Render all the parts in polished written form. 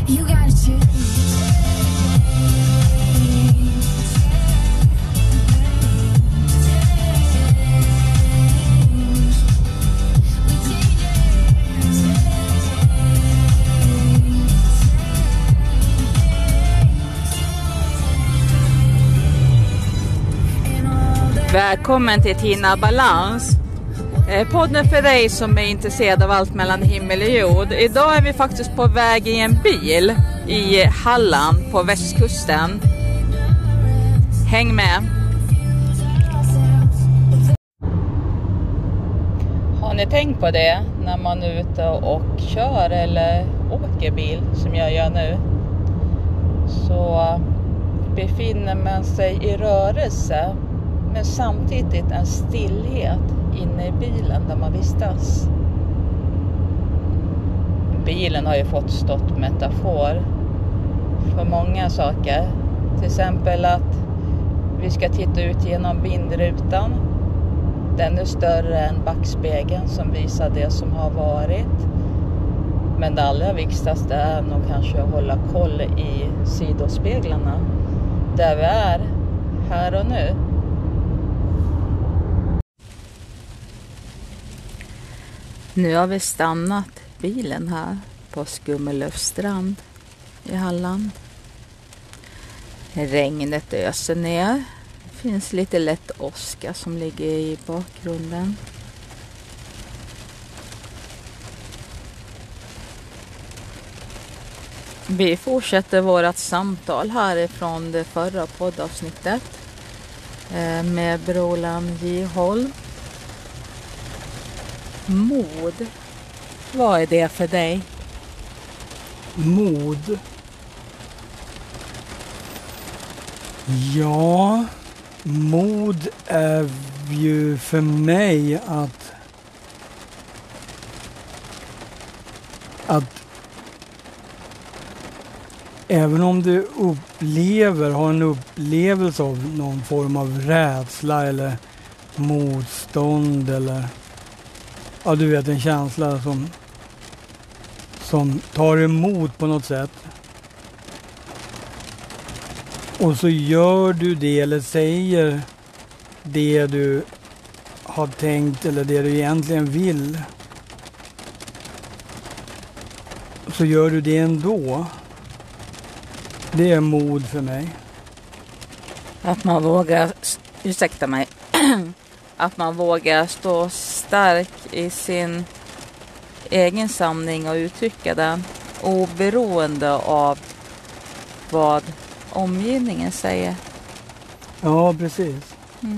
You gotta change. Välkommen till Tina Balans. Podden för dig som är intresserad av allt mellan himmel och jord. Idag är vi faktiskt på väg i en bil i Halland på västkusten. Häng med! Har ni tänkt på det när man är ute och kör eller åker bil som jag gör nu? Så befinner man sig i rörelse, men samtidigt en stillhet inne i bilen där man vistas. Bilen har ju fått stått metafor för många saker. Till exempel att vi ska titta ut genom vindrutan. Den är större än backspegeln som visar det som har varit. Men det allra viktigaste är nog kanske att hålla koll i sidospeglarna. Där vi är här och nu. Nu har vi stannat bilen här på Skummelöfstrand i Halland. Regnet öser ner. Det finns lite lätt åska som ligger i bakgrunden. Vi fortsätter vårt samtal härifrån det förra poddavsnittet med Roland J. Holm. Mod. Vad är det för dig? Mod? Ja, mod är ju för mig att även om du har en upplevelse av någon form av rädsla eller motstånd eller ja, du vet, en känsla som tar emot på något sätt. Och så gör du det eller säger det du har tänkt eller det du egentligen vill. Så gör du det ändå. Det är mod för mig. Att man vågar, ursäkta mig, att man vågar stå stark i sin egen sanning och uttrycka den oberoende av vad omgivningen säger. Ja, precis.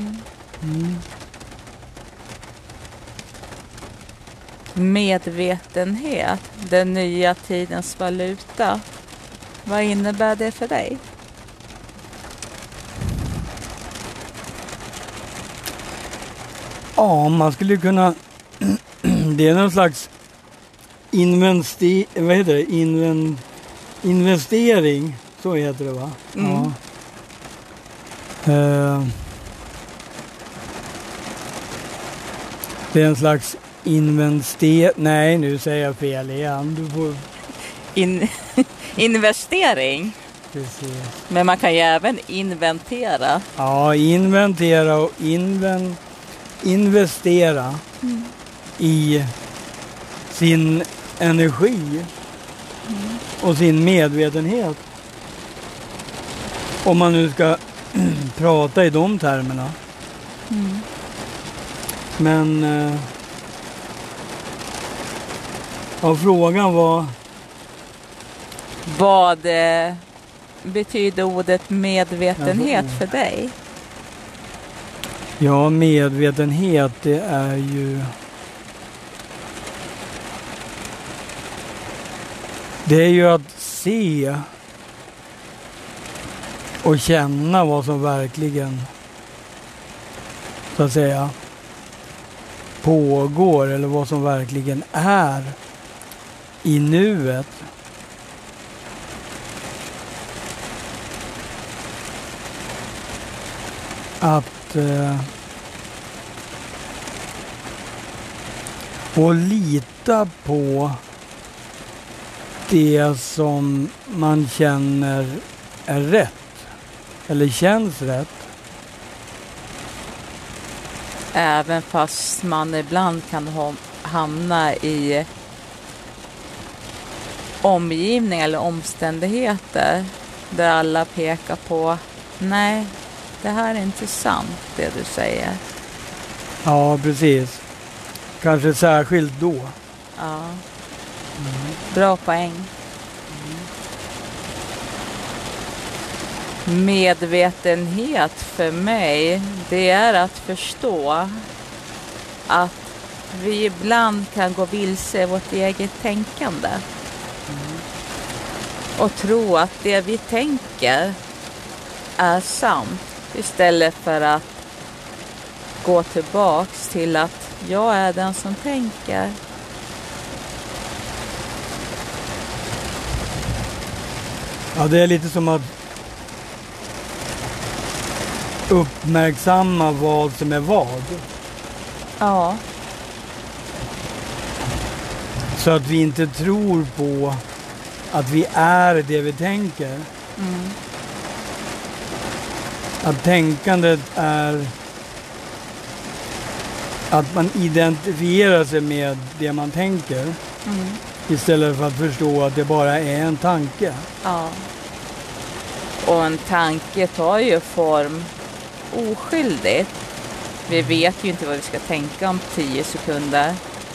Medvetenhet, den nya tidens valuta. Vad innebär det för dig? Ja, man skulle kunna det är någon slags investering, så heter det, va? Ja. Det är en slags nej, nu säger jag fel igen. Du får investering. Precis. Men man kan ju även inventera. Ja, inventera och investera i sin energi och sin medvetenhet. Om man nu ska prata i de termerna. Men frågan var vad betyder ordet medvetenhet för dig? Ja, medvetenhet, det är ju att se och känna vad som verkligen, så att säga, pågår eller vad som verkligen är i nuet. Att och lita på det som man känner är rätt eller känns rätt. Även fast man ibland kan hamna i omgivning eller omständigheter där alla pekar på nej, det här är inte sant det du säger. Ja, precis. Kanske särskilt då. Ja. Bra poäng. Medvetenhet för mig, det är att förstå att vi ibland kan gå vilse i vårt eget tänkande. Och tro att det vi tänker är sant istället för att gå tillbaks till att jag är den som tänker. Ja, det är lite som att uppmärksamma vad som är vad. Ja. Så att vi inte tror på att vi är det vi tänker. Att tänkandet är att man identifierar sig med det man tänker. Istället för att förstå att det bara är en tanke. Ja. Och en tanke tar ju form oskyldigt. Vi vet ju inte vad vi ska tänka om 10 sekunder.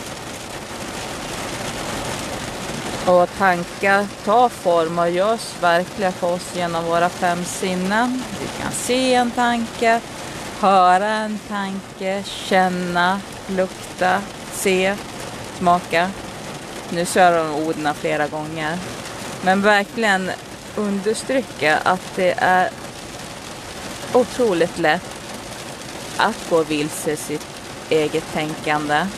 Och tankar tar form och görs verkliga för oss genom våra 5 sinnen. Vi kan se en tanke, höra en tanke, känna, lukta, se, smaka. Nu kör de orden flera gånger. Men verkligen understryka att det är otroligt lätt att gå vilse sitt eget tänkande.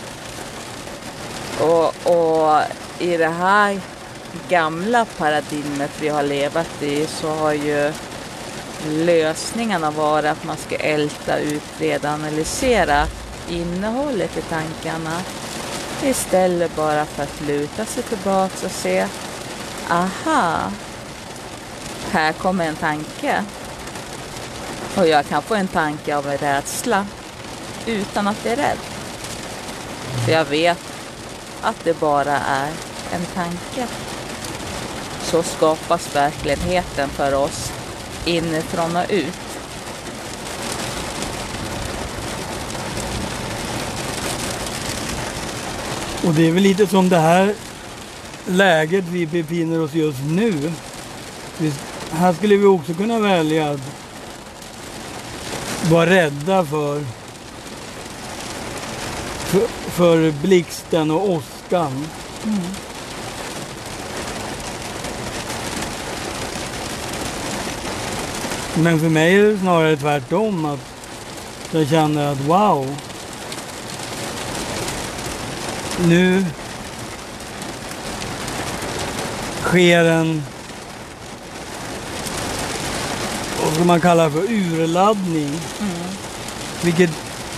Och i det här gamla paradigmet vi har levat i så har ju lösningarna varit att man ska älta, utreda, analysera innehållet i tankarna. Istället bara för att luta sig tillbaka och se, aha, här kommer en tanke. Och jag kan få en tanke av en rädsla utan att bli rädd. För jag vet att det bara är en tanke. Så skapas verkligheten för oss inifrån och ut. Och det är väl lite som det här läget vi befinner oss just nu. Här skulle vi också kunna välja att vara rädda för blixten och åskan. Men för mig är det snarare tvärtom, att jag känner att wow, nu sker en, vad ska man kalla för, urladdning. Vilket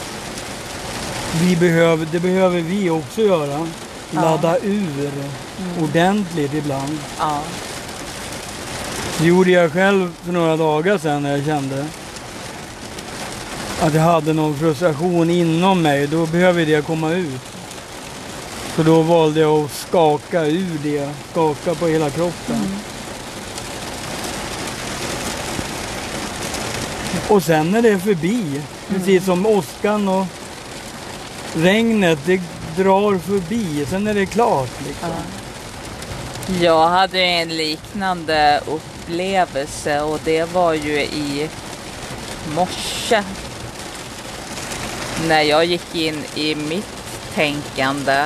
det behöver vi också göra. Ladda ur ordentligt ibland. Ja. Det gjorde jag själv för några dagar sedan när jag kände att jag hade någon frustration inom mig. Då behöver det komma ut. Så då valde jag att skaka ur det. Skaka på hela kroppen. Och sen är det förbi. Precis som åskan och regnet, det drar förbi. Sen är det klart liksom. Jag hade en liknande upplevelse och det var ju i morse. När jag gick in i mitt tänkande.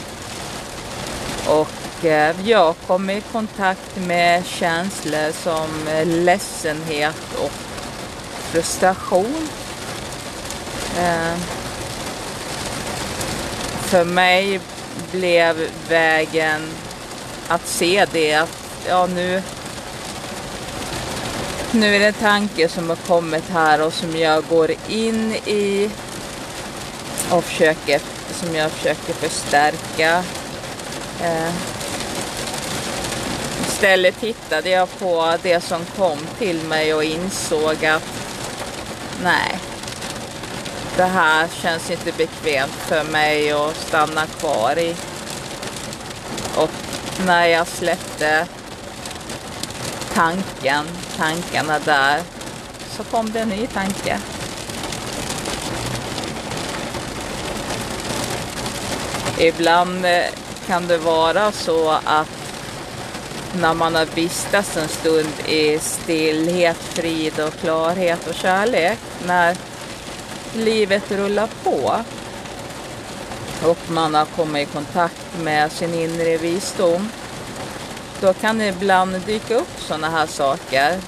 Och jag kom i kontakt med känslor som ledsenhet och frustration. För mig blev vägen att se det att ja, nu är det en tanke som har kommit här och som jag går in i och som jag försöker förstärka. Istället tittade jag på det som kom till mig och insåg att nej, det här känns inte bekvämt för mig att stanna kvar i. Och när jag släppte tankarna där, så kom det en ny tanke. Ibland kan det vara så att när man har vistats en stund i stillhet, frid och klarhet och kärlek, när livet rullar på och man har kommit i kontakt med sin inre visdom, då kan det ibland dyka upp sådana här saker.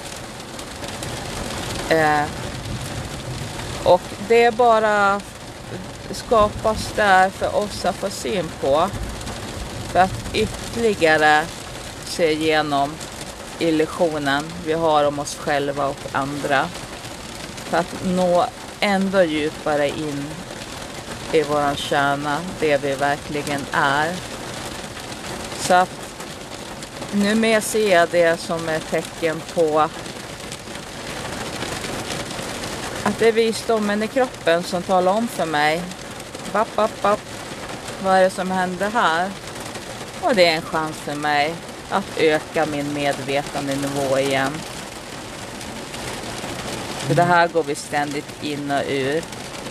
Och det är bara skapas där för oss att få syn på, för att ytterligare se igenom illusionen vi har om oss själva och andra, för att nå ändå djupare in i våran kärna, det vi verkligen är. Så att nu mer ser jag det som ett tecken på att det är visdomen i kroppen som talar om för mig, vad är det som händer här? Och det är en chans för mig att öka min medvetandenivå igen. För det här går vi ständigt in och ur.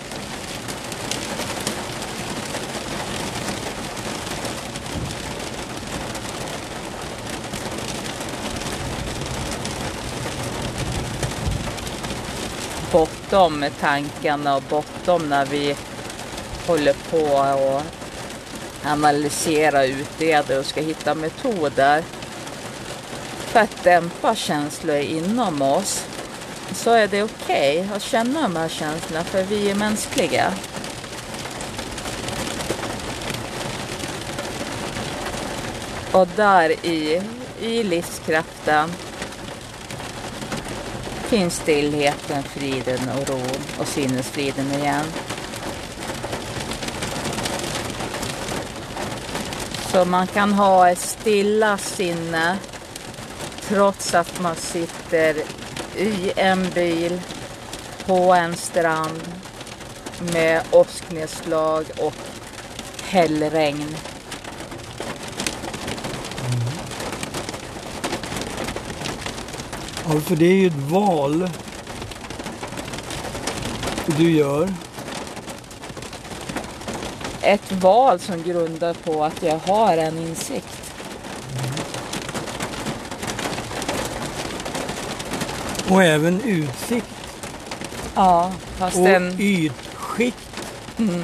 Bortom tankarna och bortom när vi håller på och analysera, utreda och ska hitta metoder för att dämpa känslor inom oss, så är det okej att känna de här känslorna, för vi är mänskliga. Och där i livskraften finns stillheten, friden och ro och sinnesfriden igen. Så man kan ha ett stilla sinne trots att man sitter i en bil på en strand med åsknedslag och hällregn. Ja, för det är ju ett val du gör. Ett val som grundar på att jag har en insikt. Och även utsikt. Ja, fast och ytskikt. Mm.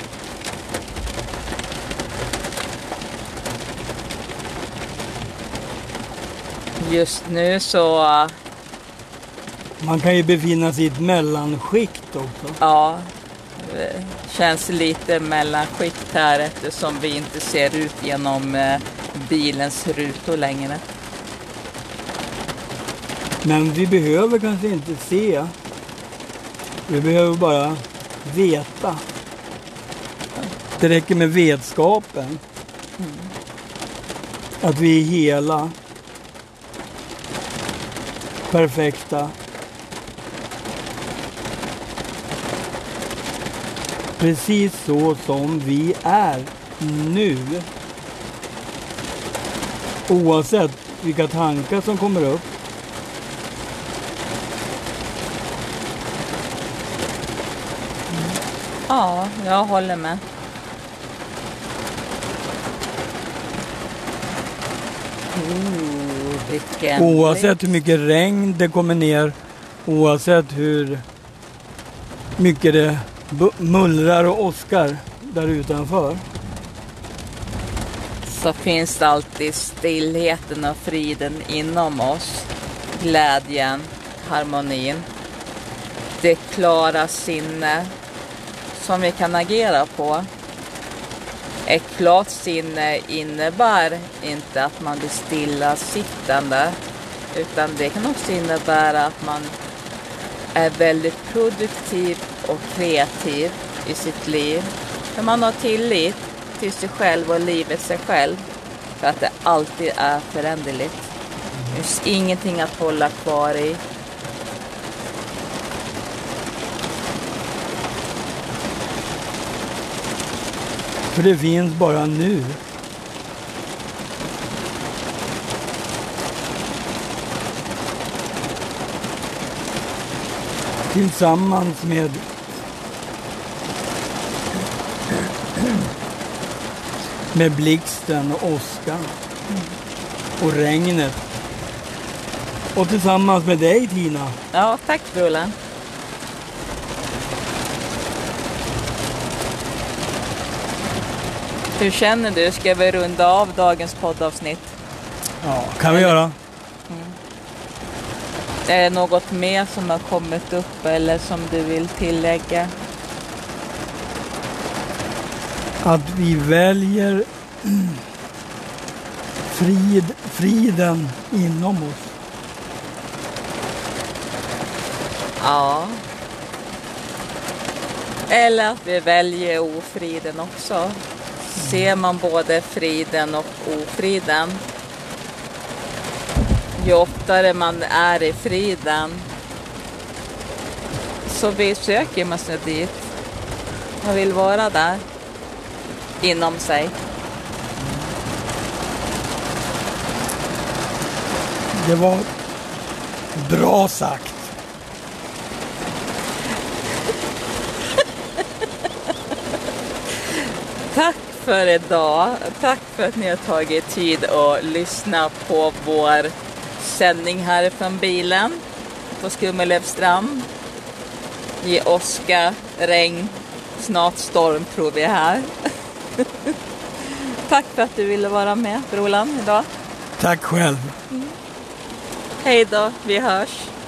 Just nu så... Man kan ju befinna sig i ett mellanskikt också. Ja, det känns lite mellanskikt här eftersom vi inte ser ut genom bilens rutor längre. Men vi behöver kanske inte se. Vi behöver bara veta. Det räcker med vetskapen. Att vi är hela. Perfekta. Precis så som vi är nu. Oavsett vilka tankar som kommer upp. Ja, jag håller med. Oavsett hur mycket regn det kommer ner, oavsett hur mycket det mullrar och åskar där utanför, så finns det alltid stillheten och friden inom oss. Glädjen, harmonin. Det klara sinne som vi kan agera på. Ett klart sinne innebär inte att man blir stilla sittande, utan det kan också innebära att man är väldigt produktiv och kreativ i sitt liv. För man har tillit till sig själv och livet sig själv. För att det alltid är föränderligt. Det finns ingenting att hålla kvar i. För det finns bara nu. Tillsammans med blixten och åskan och regnet. Och tillsammans med dig, Tina. Ja, tack Brulan. Hur känner du? Ska vi runda av dagens poddavsnitt? Ja, kan vi göra. Är det något mer som har kommit upp eller som du vill tillägga? Att vi väljer friden inom oss. Ja. Eller att vi väljer ofriden också. Ser man både friden och ofriden, ju oftare man är i friden så söker man sig dit. Man vill vara där inom sig. Det var bra sagt. Tack för idag. Tack för att ni har tagit tid att lyssna på vår sändning här från bilen på Skummelövstrand. I åska, regn, snart storm tror vi här. Tack för att du ville vara med, Roland, idag. Tack själv. Hej då, vi hörs.